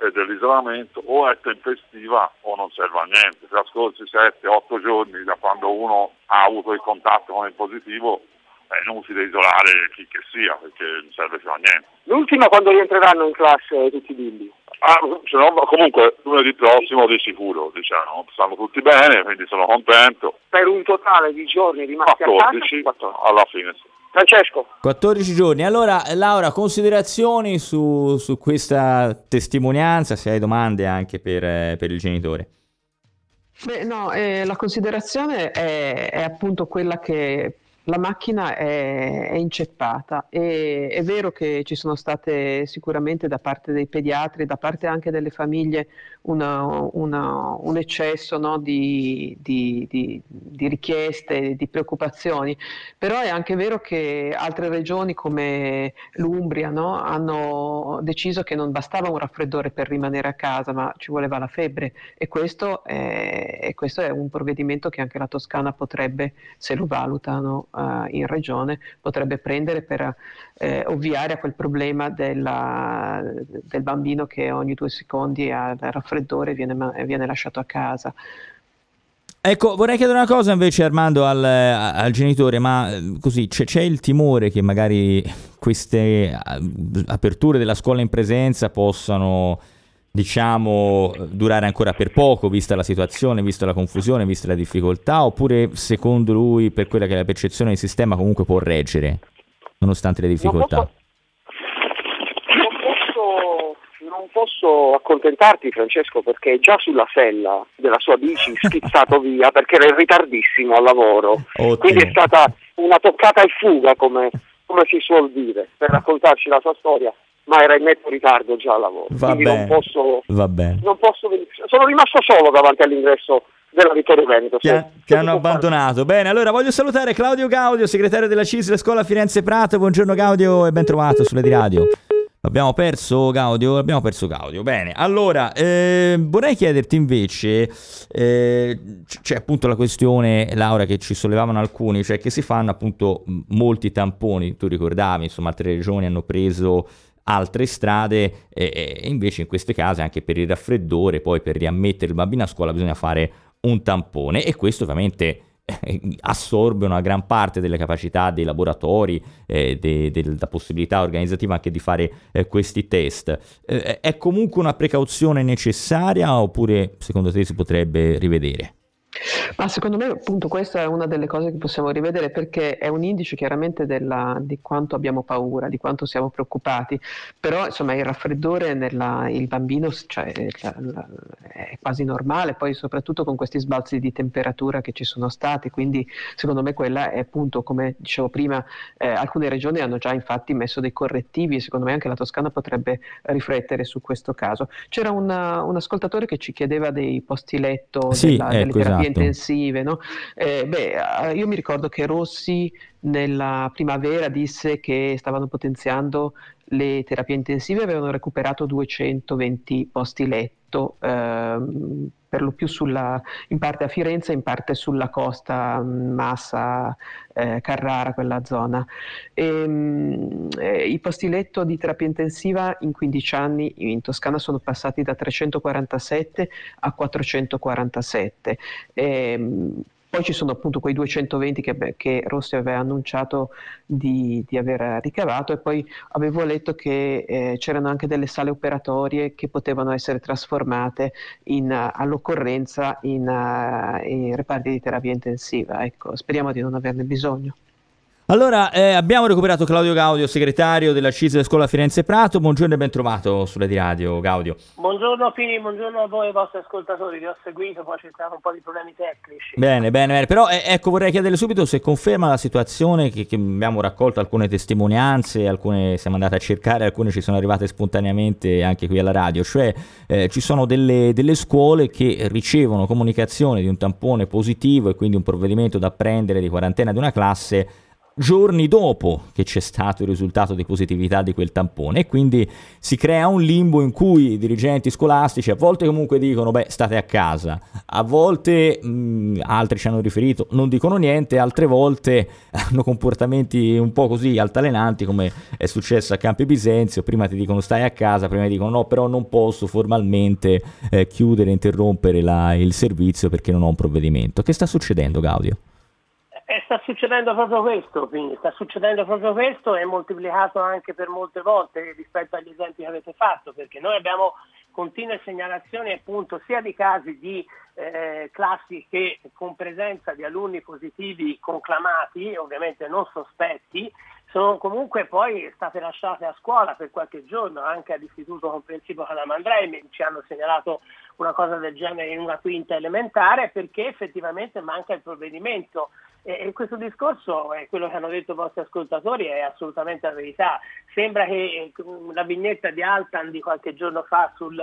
e dell'isolamento o è tempestiva o non serve a niente. Trascorsi 7-8 giorni da quando uno ha avuto il contatto con il positivo, non si deve isolare chi che sia, perché non serve più a niente. L'ultima quando rientreranno in classe tutti i bimbi? Se no, comunque lunedì prossimo di sicuro, diciamo, stanno tutti bene, quindi sono contento. Per un totale di giorni rimasti 14, a casa? alla fine sì. Francesco. 14 giorni. Allora, Laura, considerazioni su questa testimonianza, se hai domande anche per il genitore. Beh, no, la considerazione è appunto quella che la macchina è inceppata e è vero che ci sono state sicuramente da parte dei pediatri, da parte anche delle famiglie un eccesso, no, di richieste, di preoccupazioni, però è anche vero che altre regioni come l'Umbria, no, hanno deciso che non bastava un raffreddore per rimanere a casa, ma ci voleva la febbre e questo è un provvedimento che anche la Toscana potrebbe, se lo valutano in regione, potrebbe prendere per ovviare a quel problema del bambino che ogni 2 secondi ha il raffreddore e viene lasciato a casa. Ecco, vorrei chiedere una cosa invece, Armando, al genitore, ma così c'è il timore che magari queste aperture della scuola in presenza possano, diciamo, durare ancora per poco, vista la situazione, vista la confusione, vista la difficoltà, oppure secondo lui, per quella che è la percezione del sistema, comunque può reggere, nonostante le difficoltà? Non posso accontentarti, Francesco, perché è già sulla sella della sua bici schizzato via perché era in ritardissimo al lavoro. Ottimo. Quindi è stata una toccata e fuga, come si suol dire, per raccontarci la sua storia, ma era in netto ritardo già al lavoro. Quindi non posso sono rimasto solo davanti all'ingresso della Vittorio Veneto. Ti hanno abbandonato. Bene, allora voglio salutare Claudio Gaudio, segretario della CISL Scuola Firenze Prato. Buongiorno Gaudio e ben trovato sulle di radio. Abbiamo perso Gaudio. Bene, allora vorrei chiederti invece, c'è appunto la questione, Laura, che ci sollevavano alcuni, cioè che si fanno appunto molti tamponi, tu ricordavi, insomma, altre regioni hanno preso altre strade e invece in queste case anche per il raffreddore, poi per riammettere il bambino a scuola bisogna fare un tampone e questo ovviamente assorbe una gran parte delle capacità dei laboratori, della possibilità organizzativa anche di fare questi test. È comunque una precauzione necessaria oppure secondo te si potrebbe rivedere? Ma secondo me appunto questa è una delle cose che possiamo rivedere perché è un indice chiaramente di quanto abbiamo paura, di quanto siamo preoccupati, però insomma il raffreddore il bambino è quasi normale, poi soprattutto con questi sbalzi di temperatura che ci sono stati, quindi secondo me quella è appunto, come dicevo prima, alcune regioni hanno già infatti messo dei correttivi e secondo me anche la Toscana potrebbe riflettere su questo caso. C'era un ascoltatore che ci chiedeva dei posti letto delle terapie intensive, no? Io mi ricordo che Rossi nella primavera disse che stavano potenziando le terapie intensive, avevano recuperato 220 posti letto, per lo più in parte a Firenze, in parte sulla costa, Massa, Carrara, quella zona. I posti letto di terapia intensiva in 15 anni in Toscana sono passati da 347 a 447. Poi ci sono appunto quei 220 che Rossi aveva annunciato di aver ricavato e poi avevo letto che c'erano anche delle sale operatorie che potevano essere trasformate all'occorrenza in reparti di terapia intensiva. Ecco, speriamo di non averne bisogno. Allora, abbiamo recuperato Claudio Gaudio, segretario della CISL Scuola Firenze Prato. Buongiorno e ben trovato sulle di radio, Gaudio. Buongiorno Pini, buongiorno a voi e ai vostri ascoltatori, vi ho seguito, poi c'è stato un po' di problemi tecnici. Bene, però ecco, vorrei chiederle subito se conferma la situazione che abbiamo raccolto alcune testimonianze, alcune siamo andati a cercare, alcune ci sono arrivate spontaneamente anche qui alla radio, cioè ci sono delle scuole che ricevono comunicazione di un tampone positivo e quindi un provvedimento da prendere di quarantena di una classe giorni dopo che c'è stato il risultato di positività di quel tampone, e quindi si crea un limbo in cui i dirigenti scolastici a volte comunque dicono state a casa, a volte altri ci hanno riferito non dicono niente, altre volte hanno comportamenti un po' così altalenanti, come è successo a Campi Bisenzio. Prima ti dicono stai a casa, prima ti dicono no, però non posso formalmente chiudere, interrompere il servizio perché non ho un provvedimento. Che sta succedendo, Gaudio? Sta succedendo proprio questo, quindi sta succedendo proprio questo, e moltiplicato anche per molte volte rispetto agli esempi che avete fatto, perché noi abbiamo continue segnalazioni appunto sia di casi di classi che con presenza di alunni positivi conclamati, ovviamente non sospetti, sono comunque poi state lasciate a scuola per qualche giorno, anche all'Istituto Comprensivo Calamandrei ci hanno segnalato una cosa del genere in una quinta elementare, perché effettivamente manca il provvedimento. E questo discorso è quello che hanno detto i vostri ascoltatori, è assolutamente la verità. Sembra che la vignetta di Altan di qualche giorno fa sul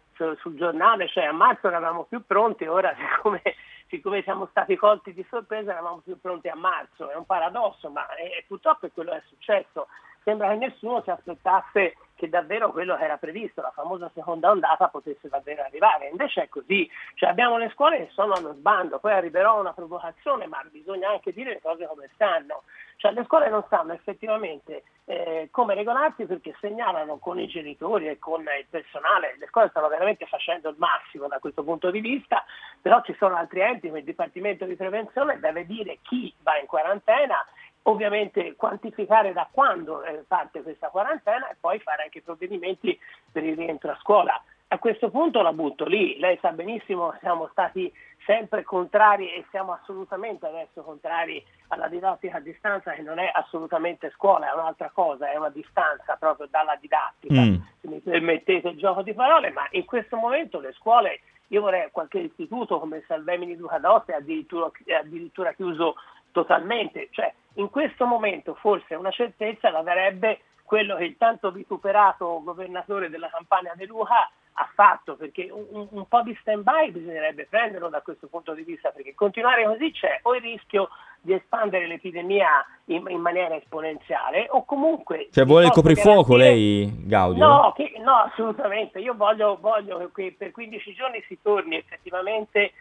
giornale, cioè a marzo eravamo più pronti, ora siccome siamo stati colti di sorpresa eravamo più pronti a marzo. È un paradosso, ma purtroppo è quello che è successo. Sembra che nessuno si aspettasse che davvero quello che era previsto, la famosa seconda ondata, potesse davvero arrivare. Invece è così, cioè abbiamo le scuole che sono allo sbando, poi arriverò a una provocazione, ma bisogna anche dire le cose come stanno. Cioè le scuole non sanno effettivamente come regolarsi, perché segnalano con i genitori e con il personale. Le scuole stanno veramente facendo il massimo da questo punto di vista, però ci sono altri enti come il Dipartimento di Prevenzione deve dire chi va in quarantena, ovviamente quantificare da quando parte questa quarantena e poi fare anche provvedimenti per il rientro a scuola. A questo punto la butto lì, lei sa benissimo che siamo stati sempre contrari e siamo assolutamente adesso contrari alla didattica a distanza, che non è assolutamente scuola, è un'altra cosa, è una distanza proprio dalla didattica, se mi permettete il gioco di parole, ma in questo momento le scuole, io vorrei qualche istituto come il Salvemini Duca d'Aosta è addirittura chiuso totalmente, cioè in questo momento forse una certezza la darebbe quello che il tanto vituperato governatore della Campania De Luca ha fatto, perché un po' di stand-by bisognerebbe prenderlo da questo punto di vista, perché continuare così c'è o il rischio di espandere l'epidemia in maniera esponenziale, o comunque... Cioè vuole il coprifuoco lei, Gaudio? No, assolutamente, io voglio che per 15 giorni si torni effettivamente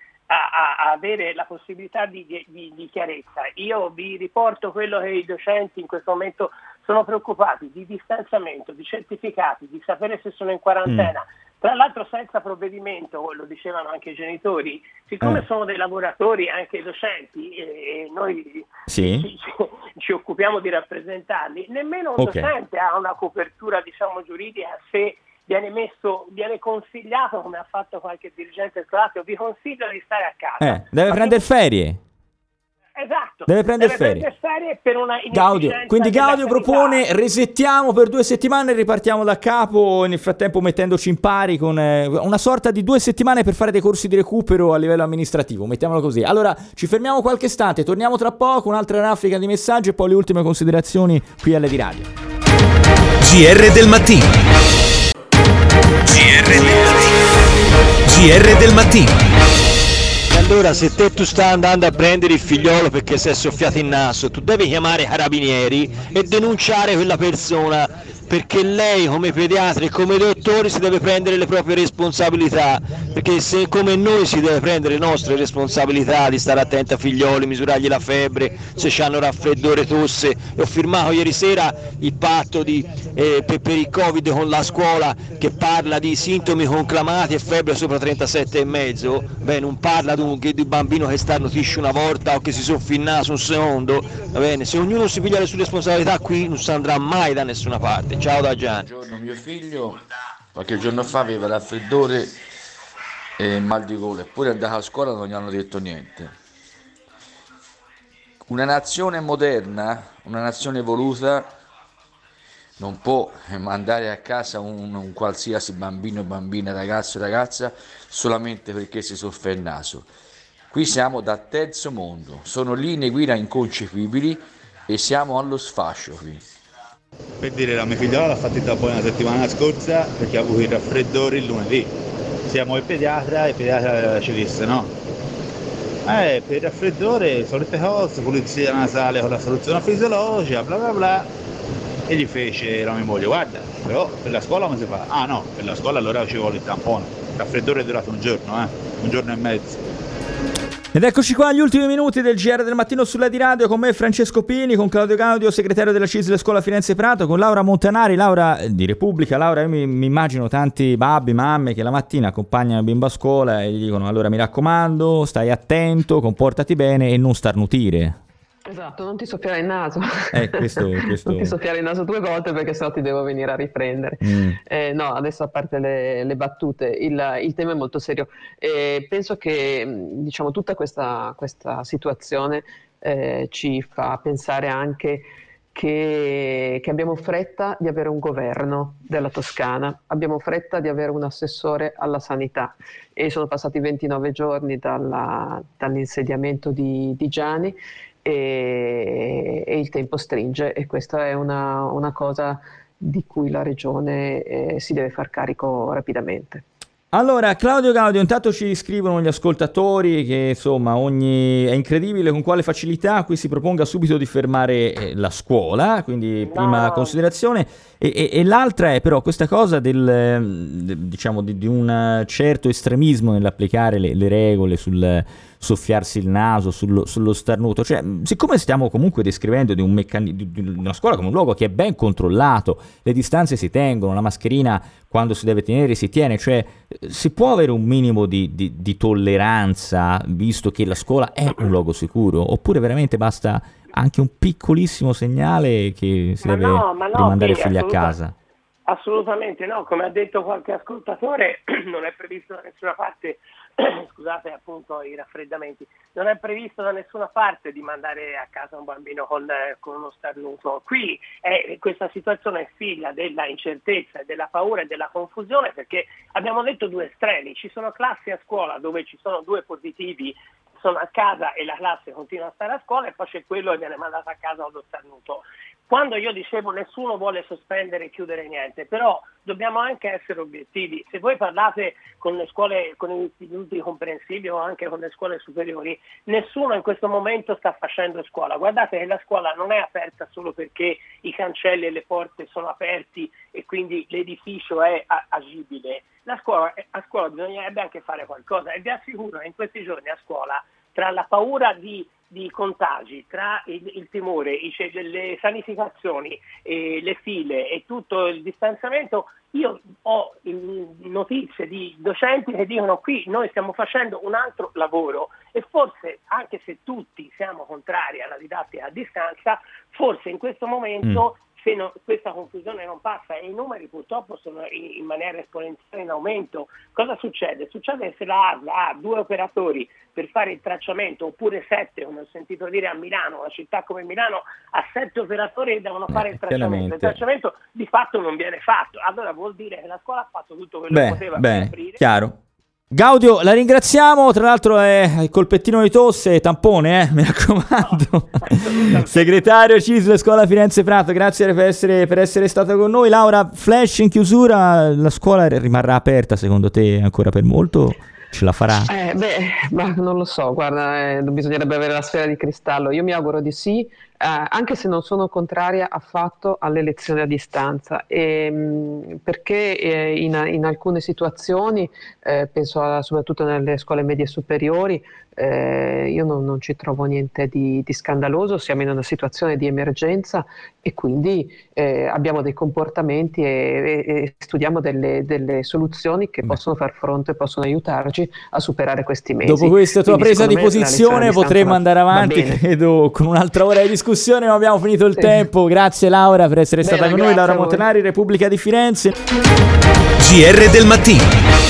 a avere la possibilità di chiarezza. Io vi riporto quello che i docenti in questo momento sono preoccupati, di distanziamento, di certificati, di sapere se sono in quarantena. Tra l'altro senza provvedimento, lo dicevano anche i genitori, siccome sono dei lavoratori, anche i docenti, e noi ci occupiamo di rappresentarli, nemmeno un docente ha una copertura, diciamo, giuridica se viene consigliato, come ha fatto qualche dirigente scolastico, vi consiglio di stare a casa. Deve prendere ferie. Esatto, deve prendere ferie per una Gaudio. Quindi Gaudio propone resettiamo per 2 settimane e ripartiamo da capo, nel frattempo mettendoci in pari con una sorta di 2 settimane per fare dei corsi di recupero a livello amministrativo, mettiamolo così. Allora ci fermiamo qualche istante, torniamo tra poco, un'altra raffica di messaggi e poi le ultime considerazioni qui alle di radio. GR del mattino. GR del mattino. Allora, se tu stai andando a prendere il figliolo perché si è soffiato il naso, tu devi chiamare i carabinieri e denunciare quella persona, perché lei come pediatra e come dottore si deve prendere le proprie responsabilità, perché se come noi si deve prendere le nostre responsabilità di stare attenti a figlioli, misurargli la febbre, se hanno raffreddore, tosse. E ho firmato ieri sera il patto per il Covid con la scuola, che parla di sintomi conclamati e febbre sopra 37,5. Beh, non parla di bambino che starnutisce una volta o che si soffia il naso un secondo. Va bene, se ognuno si piglia le sue responsabilità, qui non si andrà mai da nessuna parte. Ciao da Gianni. Buongiorno, mio figlio qualche giorno fa aveva raffreddore e mal di gola, eppure è andato a scuola e non gli hanno detto niente. Una nazione moderna, una nazione evoluta non può mandare a casa un qualsiasi bambino, bambina, ragazzo, ragazza solamente perché si soffia il naso. Qui siamo da terzo mondo, sono linee guida inconcepibili e siamo allo sfascio qui. Per dire, la mia figliola l'ha fatta da poi una settimana scorsa perché ha avuto il raffreddore il lunedì. Siamo il pediatra ci disse no, Per il raffreddore, solite cose, pulizia nasale con la soluzione fisiologica, bla bla bla. E gli fece la mia moglie, guarda, però per la scuola come si fa? Ah no, per la scuola allora ci vuole il tampone. Il raffreddore è durato un giorno e mezzo. Ed eccoci qua agli ultimi minuti del GR del mattino sulla di radio, con me Francesco Pini, con Claudio Gaudio, segretario della CISL Scuola Firenze Prato, con Laura Montanari, Laura di Repubblica. Laura, io mi immagino tanti babbi, mamme che la mattina accompagnano il bimbo a scuola e gli dicono: allora mi raccomando, stai attento, comportati bene e non starnutire. Esatto, non ti soffiare il naso. Questo. Non ti soffiare il naso 2 volte perché sennò ti devo venire a riprendere. No, adesso a parte le battute, il tema è molto serio. Penso che diciamo tutta questa situazione ci fa pensare anche che abbiamo fretta di avere un governo della Toscana, abbiamo fretta di avere un assessore alla sanità e sono passati 29 giorni dall'insediamento di Gianni e il tempo stringe e questa è una cosa di cui la Regione si deve far carico rapidamente. Allora, Claudio Gaudio, intanto ci scrivono gli ascoltatori che insomma è incredibile con quale facilità qui si proponga subito di fermare la scuola, quindi prima considerazione, e l'altra è però questa cosa diciamo di un certo estremismo nell'applicare le regole sul soffiarsi il naso, sullo starnuto, cioè siccome stiamo comunque descrivendo di una scuola come un luogo che è ben controllato, le distanze si tengono, la mascherina quando si deve tenere si tiene, cioè si può avere un minimo di tolleranza visto che la scuola è un luogo sicuro, oppure veramente basta anche un piccolissimo segnale che si deve rimandare i figli a casa? Assolutamente no, come ha detto qualche ascoltatore non è previsto da nessuna parte, scusate appunto i raffreddamenti, non è previsto da nessuna parte di mandare a casa un bambino con uno starnuto. Qui questa situazione è figlia della incertezza, della paura e della confusione, perché abbiamo detto 2 estremi, ci sono classi a scuola dove ci sono 2 positivi, sono a casa e la classe continua a stare a scuola, e poi c'è quello che viene mandato a casa con lo starnuto. Quando io dicevo nessuno vuole sospendere e chiudere niente, però dobbiamo anche essere obiettivi. Se voi parlate con le scuole, con gli istituti comprensivi o anche con le scuole superiori, nessuno in questo momento sta facendo scuola. Guardate che la scuola non è aperta solo perché i cancelli e le porte sono aperti e quindi l'edificio è agibile. A scuola bisognerebbe anche fare qualcosa, e vi assicuro che in questi giorni a scuola, tra la paura di contagi, tra il timore, le sanificazioni, le file e tutto il distanziamento, io ho notizie di docenti che dicono: qui noi stiamo facendo un altro lavoro, e forse anche se tutti siamo contrari alla didattica a distanza, forse in questo momento se questa confusione non passa e i numeri purtroppo sono in maniera esponenziale in aumento, cosa succede? Succede che se la ASL ha 2 operatori per fare il tracciamento, oppure 7, come ho sentito dire a Milano, una città come Milano ha 7 operatori che devono fare il tracciamento. Il tracciamento di fatto non viene fatto, allora vuol dire che la scuola ha fatto tutto quello che poteva per aprire. Chiaro. Gaudio, la ringraziamo, tra l'altro è il colpettino di tosse e tampone, mi raccomando. Segretario CISL Scuola Firenze Prato, grazie per essere stato con noi. Laura, flash in chiusura, la scuola rimarrà aperta secondo te ancora per molto? Ce la farà? Ma non lo so, guarda, bisognerebbe avere la sfera di cristallo. Io mi auguro di sì, anche se non sono contraria affatto alle lezioni a distanza, perché in alcune situazioni, penso soprattutto nelle scuole medie superiori, io non ci trovo niente di scandaloso, siamo in una situazione di emergenza e quindi abbiamo dei comportamenti e studiamo delle soluzioni che possono far fronte, possono aiutarci a superare questi mesi. Dopo questa tua presa di posizione potremmo andare avanti, credo, con un'altra ora di discussione, ma abbiamo finito il tempo. Grazie Laura per essere stata con noi. Laura Montanari, Repubblica di Firenze. GR del mattino.